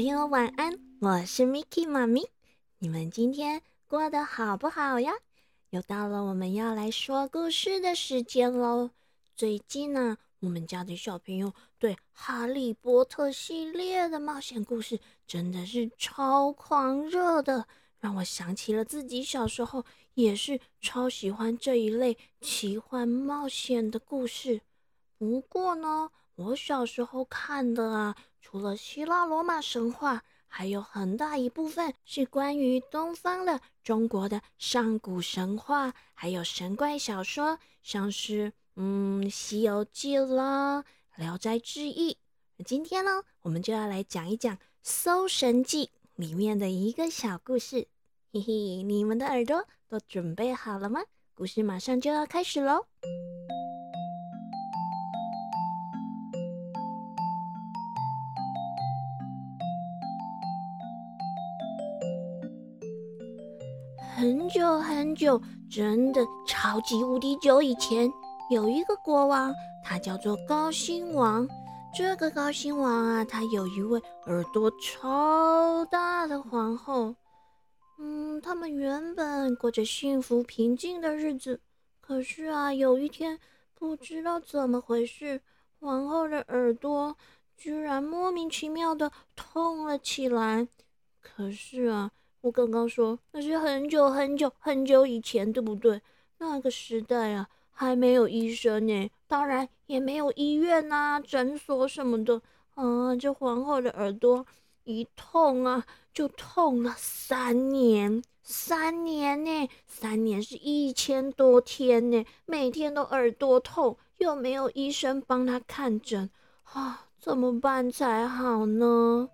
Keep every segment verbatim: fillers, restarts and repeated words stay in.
朋友晚安，我是 Miki 妈咪。你们今天过得好不好呀？又到了我们要来说故事的时间咯。最近呢、啊，我们家的小朋友对哈利波特系列的冒险故事真的是超狂热的，让我想起了自己小时候也是超喜欢这一类奇幻冒险的故事。不过呢，我小时候看的啊，除了希腊罗马神话，还有很大一部分是关于东方的中国的上古神话，还有神怪小说，像是嗯《西游记》啦、聊斋志异。今天呢，我们就要来讲一讲《搜神记》里面的一个小故事。嘿嘿，你们的耳朵都准备好了吗？故事马上就要开始咯。很久很久，真的超级无敌久以前，有一个国王，他叫做高辛王。这个高辛王啊，他有一位耳朵超大的皇后。嗯，他们原本过着幸福平静的日子，可是啊，有一天不知道怎么回事，皇后的耳朵居然莫名其妙的痛了起来。可是啊，我刚刚说那是很久很久很久以前，对不对？那个时代啊，还没有医生呢，当然也没有医院啊、诊所什么的啊。这皇后的耳朵一痛啊，就痛了三年，三年呢，三年是一千多天呢，每天都耳朵痛，又没有医生帮她看诊啊，怎么办才好呢？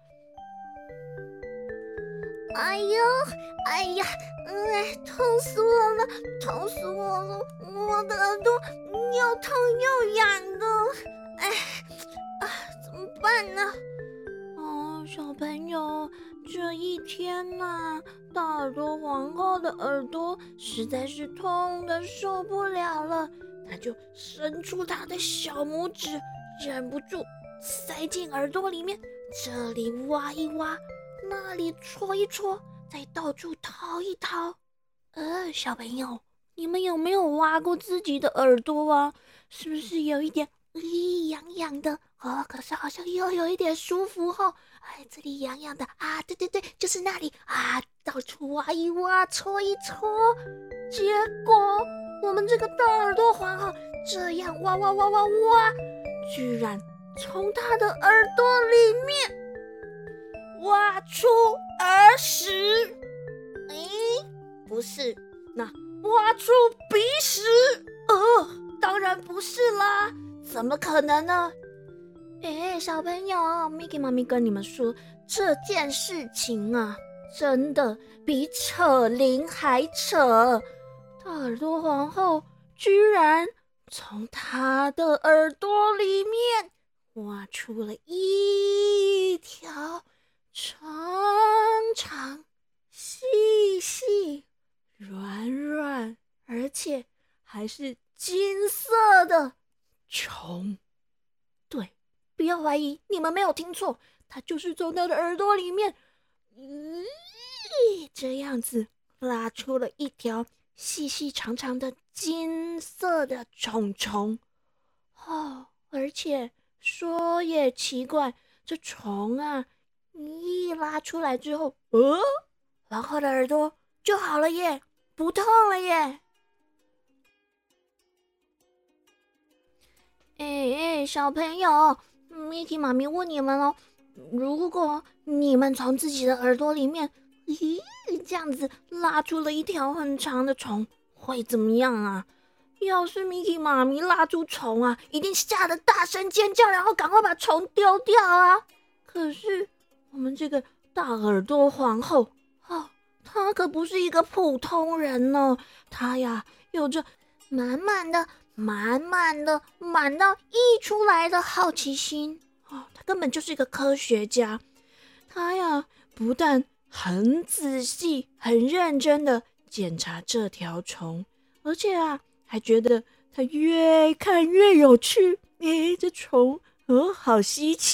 哎呦，哎呀，嗯，痛死我了，痛死我了！我的耳朵又痛又痒的，哎，啊，怎么办呢？哦，小朋友，这一天呐、大耳朵皇后的耳朵实在是痛得受不了了，她就伸出她的小拇指，忍不住塞进耳朵里面，这里挖一挖。那里戳一戳，再到处掏一掏。呃，小朋友，你们有没有挖过自己的耳朵啊？是不是有一点咦痒痒的？哦，可是好像又有一点舒服哦。哎，这里痒痒的啊，对对对，就是那里啊，到处挖一挖，戳一戳。结果我们这个大耳朵皇后这样挖挖挖挖挖，居然从她的耳朵里面挖出耳屎。诶，不是，那挖出鼻屎？呃，当然不是啦，怎么可能呢？诶，小朋友 Miki 妈咪跟你们说，这件事情啊，真的比扯铃还扯。大耳朵皇后居然从她的耳朵里面挖出了一条长长、细细、软软，而且还是金色的虫。对，不要怀疑，你们没有听错，它就是从他的耳朵里面，咦，这样子拉出了一条细细长长的金色的虫虫。哦，而且说也奇怪，这虫啊，一拉出来之后，呃，皇后的耳朵就好了耶，不痛了耶。哎哎，小朋友，Miki 妈咪问你们哦，如果你们从自己的耳朵里面，咦，这样子拉出了一条很长的虫，会怎么样啊？要是 Miki 妈咪拉出虫啊，一定吓得大声尖叫，然后赶快把虫丢掉啊！可是我们这个大耳朵皇后，哦，她可不是一个普通人哦，她呀有着满满的、满满的、满到溢出来的好奇心哦，她根本就是一个科学家。她呀不但很仔细、很认真的检查这条虫，而且啊。还觉得它越看越有趣，诶，这虫哦好稀奇，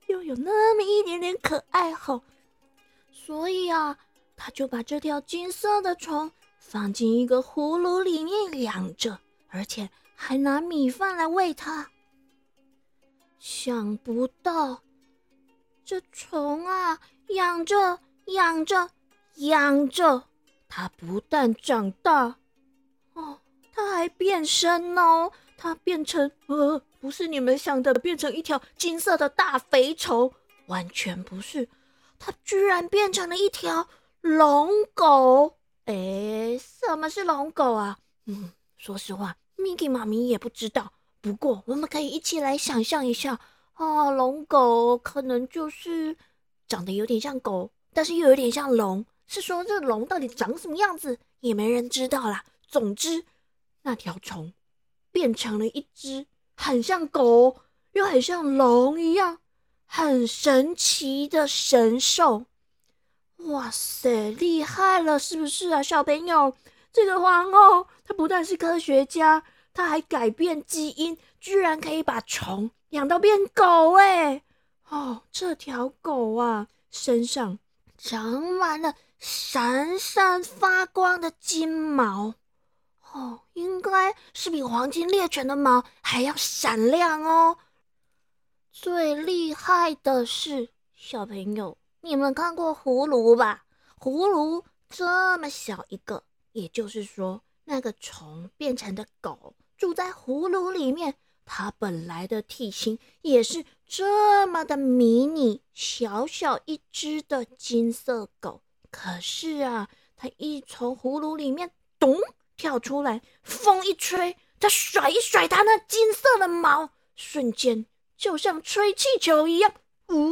又有那么一点点可爱吼。所以啊，他就把这条金色的虫放进一个葫芦里面养着，而且还拿米饭来喂它。想不到，这虫啊，养着养着养着，它不但长大，哦，它还变身哦，它变成呃，不是你们想的变成一条金色的大肥虫，完全不是，它居然变成了一条龙狗。诶，什么是龙狗啊？嗯，说实话 Miki 妈咪也不知道，不过我们可以一起来想象一下哦，龙狗可能就是长得有点像狗，但是又有点像龙，是说这龙到底长什么样子也没人知道啦。总之那条虫变成了一只很像狗又很像龙一样很神奇的神兽。哇塞，厉害了是不是啊，小朋友？这个皇后她不但是科学家，她还改变基因，居然可以把虫养到变狗哎！哦，这条狗啊，身上长满了闪闪发光的金毛，哦，应该是比黄金猎犬的毛还要闪亮哦。最厉害的是，小朋友，你们看过葫芦吧？葫芦这么小一个，也就是说，那个虫变成的狗住在葫芦里面，它本来的体型也是这么的迷你，小小一只的金色狗。可是啊，它一从葫芦里面咚跳出来，风一吹，它甩一甩它那金色的毛，瞬间就像吹气球一样，呜，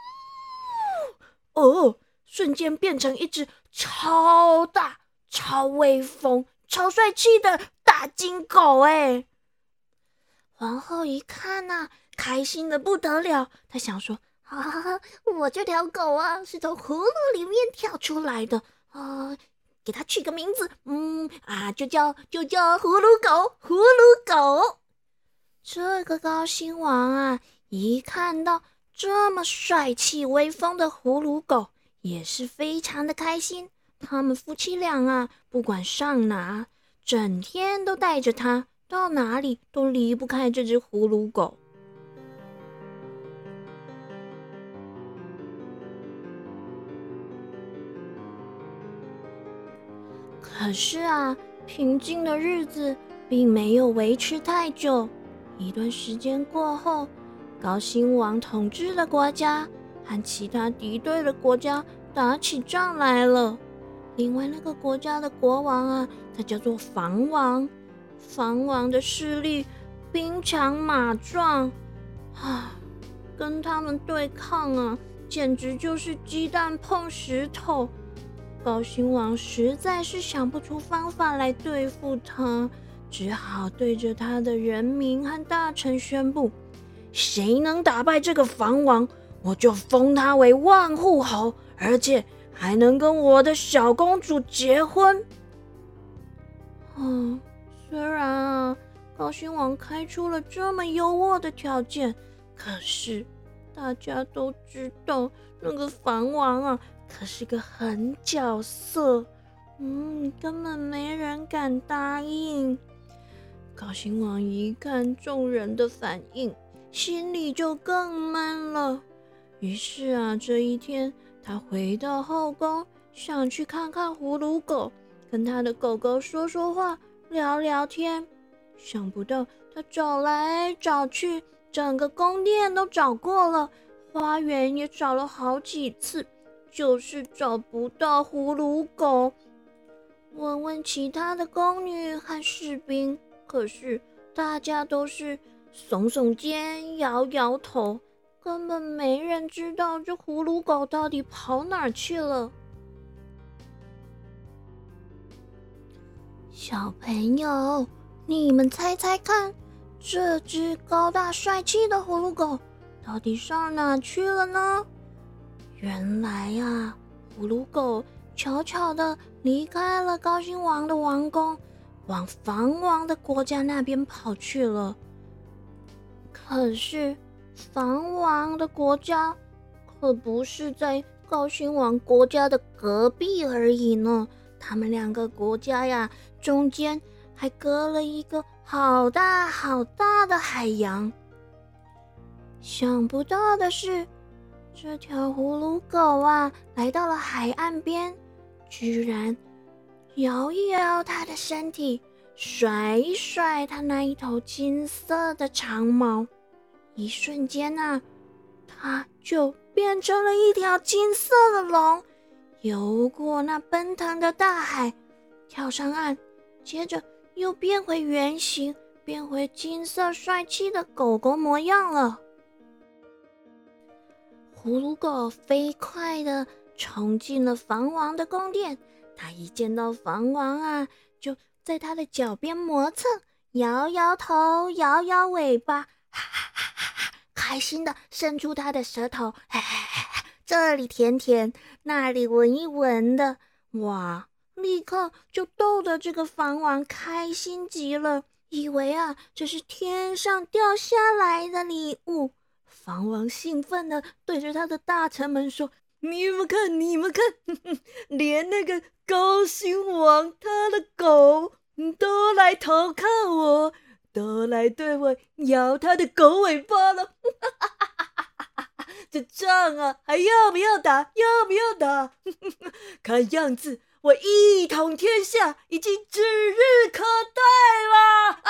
哦，瞬间变成一只超大、超威风、超帅气的大金狗哎！皇后一看啊，开心的不得了，她想说：啊，我这条狗啊，是从葫芦里面跳出来的啊，给它取个名字，嗯啊，就叫就叫葫芦狗，葫芦狗。这个高兴王啊，一看到这么帅气威风的葫芦狗，也是非常的开心。他们夫妻俩啊，不管上哪，整天都带着它，到哪里都离不开这只葫芦狗。可是啊，平静的日子并没有维持太久。一段时间过后，高兴王统治的国家和其他敌对的国家打起仗来了。另外那个国家的国王啊，他叫做房王。房王的势力兵强马壮啊，跟他们对抗啊，简直就是鸡蛋碰石头。高兴王实在是想不出方法来对付他，只好对着他的人民和大臣宣布：谁能打败这个房王，我就封他为万户侯，而且还能跟我的小公主结婚。嗯，虽然啊，高兴王开出了这么优渥的条件，可是大家都知道，那个房王啊，可是个狠角色，嗯，根本没人敢答应。高兴王一看众人的反应，心里就更闷了。于是啊，这一天他回到后宫，想去看看葫芦狗，跟他的狗狗说说话，聊聊天。想不到他找来找去，整个宫殿都找过了，花园也找了好几次，就是找不到葫芦狗。问问其他的宫女和士兵，可是大家都是耸耸肩，摇摇头，根本没人知道这葫芦狗到底跑哪儿去了。小朋友，你们猜猜看，这只高大帅气的葫芦狗到底上哪去了呢？原来啊，葫芦狗悄悄地离开了高兴王的王宫，往房王的国家那边跑去了。可是房王的国家可不是在高兴王国家的隔壁而已呢，他们两个国家呀，中间还隔了一个好大好大的海洋。想不到的是，这条葫芦狗啊，来到了海岸边，居然摇一摇它的身体，甩一甩它那一头金色的长毛，一瞬间啊，它就变成了一条金色的龙，游过那奔腾的大海，跳上岸，接着又变回原形，变回金色帅气的狗狗模样了。葫芦狗飞快地冲进了房王的宫殿，它一见到房王啊，就在他的脚边磨蹭，摇摇头，摇摇尾巴，哈哈哈哈，开心地伸出他的舌头，嘿嘿嘿，这里舔舔，那里闻一闻的，哇，立刻就逗得这个房王开心极了，以为啊这是天上掉下来的礼物。房王兴奋地对着他的大臣们说：你们看，你们看，呵呵，连那个高兴王他的狗都来投靠我，都来对我摇他的狗尾巴了。这仗啊，还要不要打？要不要打？看样子我一统天下已经指日可待了。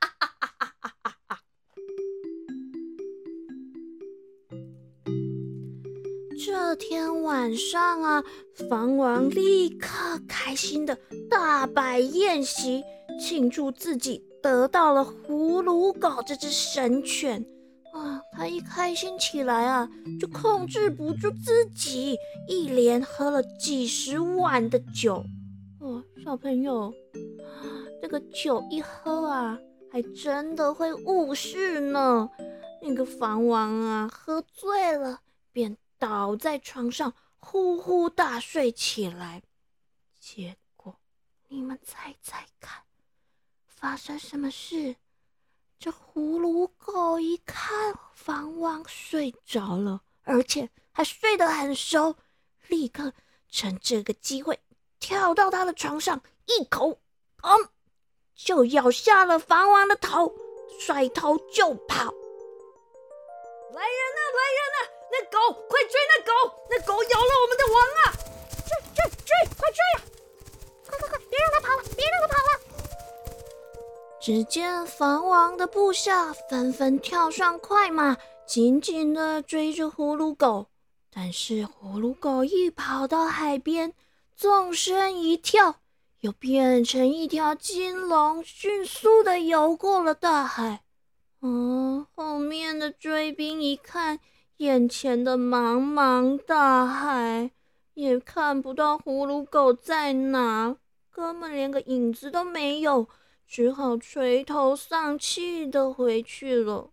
这天晚上啊，房王立刻开心的大摆宴席，庆祝自己得到了葫芦狗这只神犬啊！他一开心起来啊，就控制不住自己，一连喝了几十碗的酒。哦，小朋友，这个酒一喝啊，还真的会误事呢。那个房王啊，喝醉了，便倒在床上呼呼大睡起来。结果你们猜猜看，发生什么事？这葫芦狗一看房王睡着了，而且还睡得很熟，立刻趁这个机会跳到他的床上，一口嗯，就咬下了房王的头，甩头就跑。来人啊，来人啊！那狗，快追那狗！那狗咬了我们的王啊！追追追，快追啊！快快快，别让它跑了，别让它跑了！只见房王的部下纷纷跳上快马，紧紧地追着葫芦狗。但是葫芦狗一跑到海边，纵身一跳，又变成一条金龙，迅速地游过了大海。嗯，后面的追兵一看，眼前的茫茫大海，也看不到葫芦狗在哪，根本连个影子都没有，只好垂头丧气的回去了。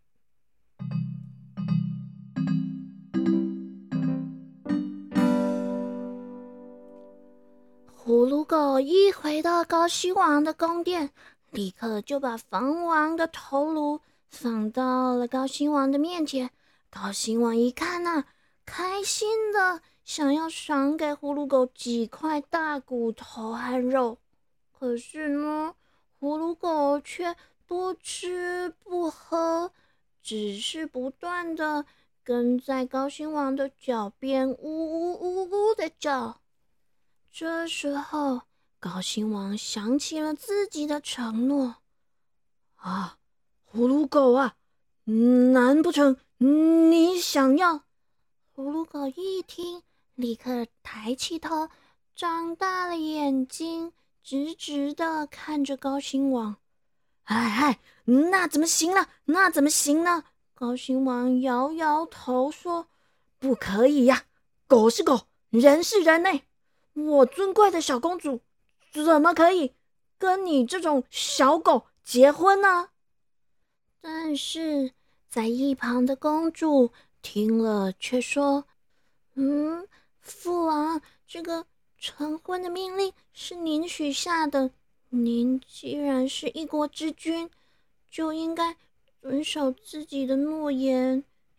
葫芦狗一回到高希王的宫殿，立刻就把房王的头颅放到了高兴王的面前。高兴王一看啊，开心的想要赏给葫芦狗几块大骨头和肉，可是呢，葫芦狗却不吃不喝，只是不断的跟在高兴王的脚边呜呜呜呜的叫。这时候，高兴王想起了自己的承诺啊，葫芦狗啊，难不成你想要？葫芦狗一听，立刻抬起头，张大了眼睛，直直的看着高兴王。哎哎，那怎么行呢？那怎么行呢？高兴王摇摇头说：不可以呀，狗是狗，人是人呢。我尊贵的小公主怎么可以跟你这种小狗结婚呢？但是在一旁的公主听了却说：嗯，父王，这个成婚的命令是您许下的，您既然是一国之君，就应该遵守自己的诺言。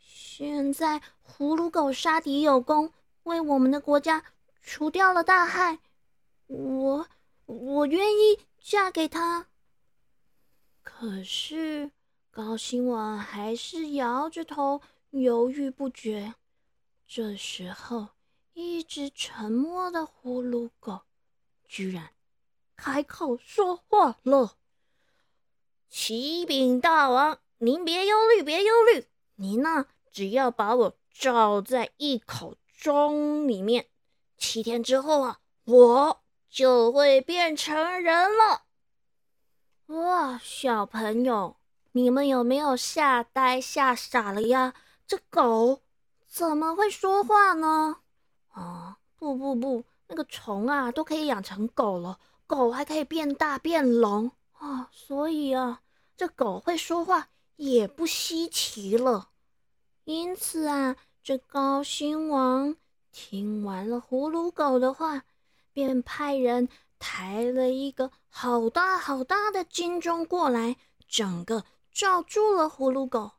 现在葫芦狗杀敌有功，为我们的国家除掉了大害，我我愿意嫁给他。可是高兴王还是摇着头，犹豫不决。这时候，一直沉默的葫芦狗居然开口说话了：“启禀大王，您别忧虑，别忧虑，您呢，只要把我罩在一口钟里面，七天之后啊，我就会变成人了。”哇，小朋友，你们有没有吓呆、吓傻了呀？这狗怎么会说话呢？哦，不不不，那个虫啊都可以养成狗了，狗还可以变大变龙啊，所以啊，这狗会说话也不稀奇了。因此啊，这高兴王听完了葫芦狗的话，便派人抬了一个好大好大的金钟过来，整个罩住了葫芦狗。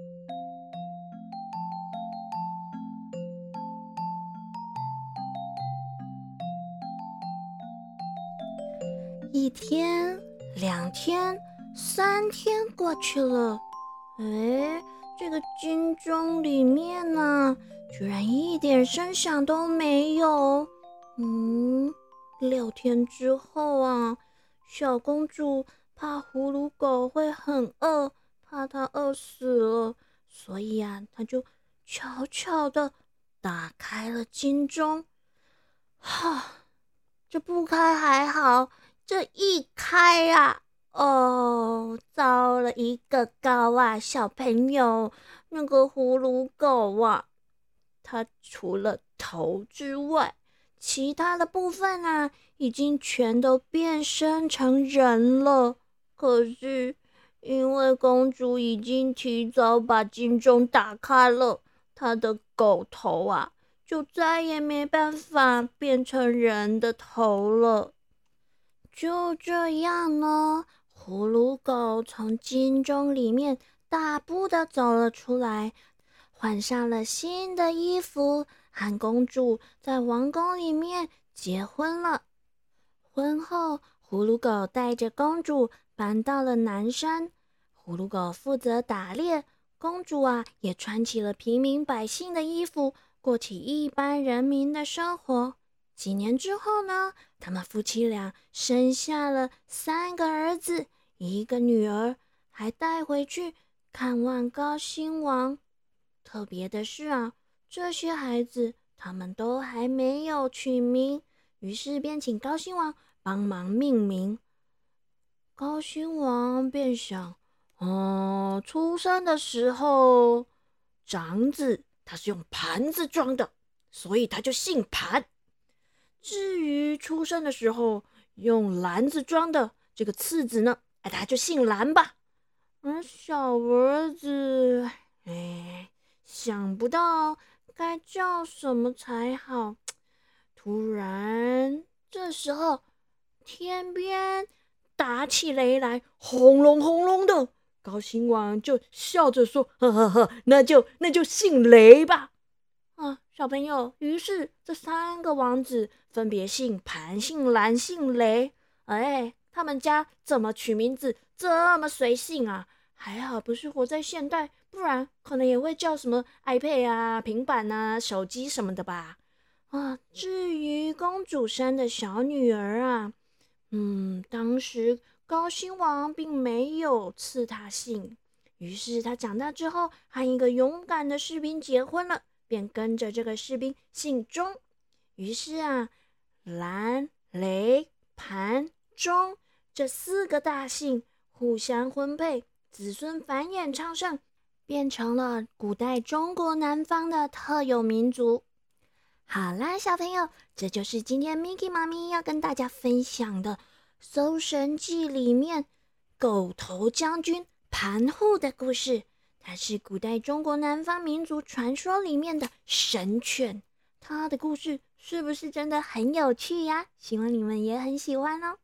一天，两天，三天过去了，哎，这个金钟里面呢，居然一点声响都没有。嗯，六天之后啊，小公主怕葫芦狗会很饿，怕它饿死了，所以啊，她就悄悄地打开了金钟。哈，这不开还好，这一开啊，哦，糟了一个高啊，小朋友，那个葫芦狗啊，它除了头之外，其他的部分啊，已经全都变身成人了。可是因为公主已经提早把金钟打开了，她的狗头啊，就再也没办法变成人的头了。就这样呢，葫芦狗从金钟里面大步的走了出来，换上了新的衣服，和公主在王宫里面结婚了。婚后，葫芦狗带着公主搬到了南山，葫芦狗负责打猎，公主啊也穿起了平民百姓的衣服，过起一般人民的生活。几年之后呢，他们夫妻俩生下了三个儿子，一个女儿，还带回去看望高兴王。特别的是啊，这些孩子他们都还没有取名，于是便请高兴王帮忙命名。高兴王便想，哦，出生的时候，长子他是用盘子装的，所以他就姓盘。至于出生的时候用篮子装的这个次子呢，哎，他就姓蓝吧。而小儿子，哎，想不到该叫什么才好。突然，这时候天边打起雷来，轰隆轰隆的。高兴王就笑着说：“呵呵呵，那就那就姓雷吧。”啊，小朋友，于是这三个王子分别姓盘、姓蓝、姓雷。哎，他们家怎么取名字这么随性啊？还好不是活在现代，不然可能也会叫什么 iPad 啊、平板啊、手机什么的吧。啊，至于公主生的小女儿啊，嗯，当时高兴王并没有赐她姓，于是她长大之后和一个勇敢的士兵结婚了。便跟着这个士兵姓钟，于是啊，蓝、雷、盘、钟这四个大姓互相婚配，子孙繁衍昌盛，变成了古代中国南方的特有民族。好啦，小朋友，这就是今天 Miki 妈咪要跟大家分享的《搜神记》里面狗头将军盘户的故事。它是古代中国南方民族传说里面的神犬，它的故事是不是真的很有趣呀？希望你们也很喜欢哦。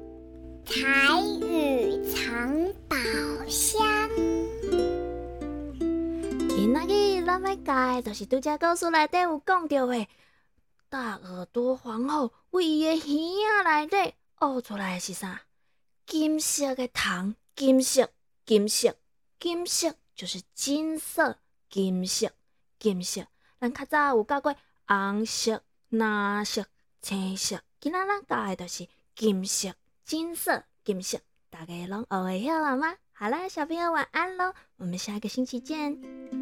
台语藏宝箱， 咱要教的，就是拄则故事内底有讲到的，大耳朵皇后为伊的耳仔内底挖出来的是啥？金色的糖，金色，金色，金色就是金色，金色，金色。咱较早有教过红色、蓝色、青色，今仔咱教的就是金色、金色、金色，大家拢学会晓了吗？好了，小朋友晚安喽，我们下个星期见。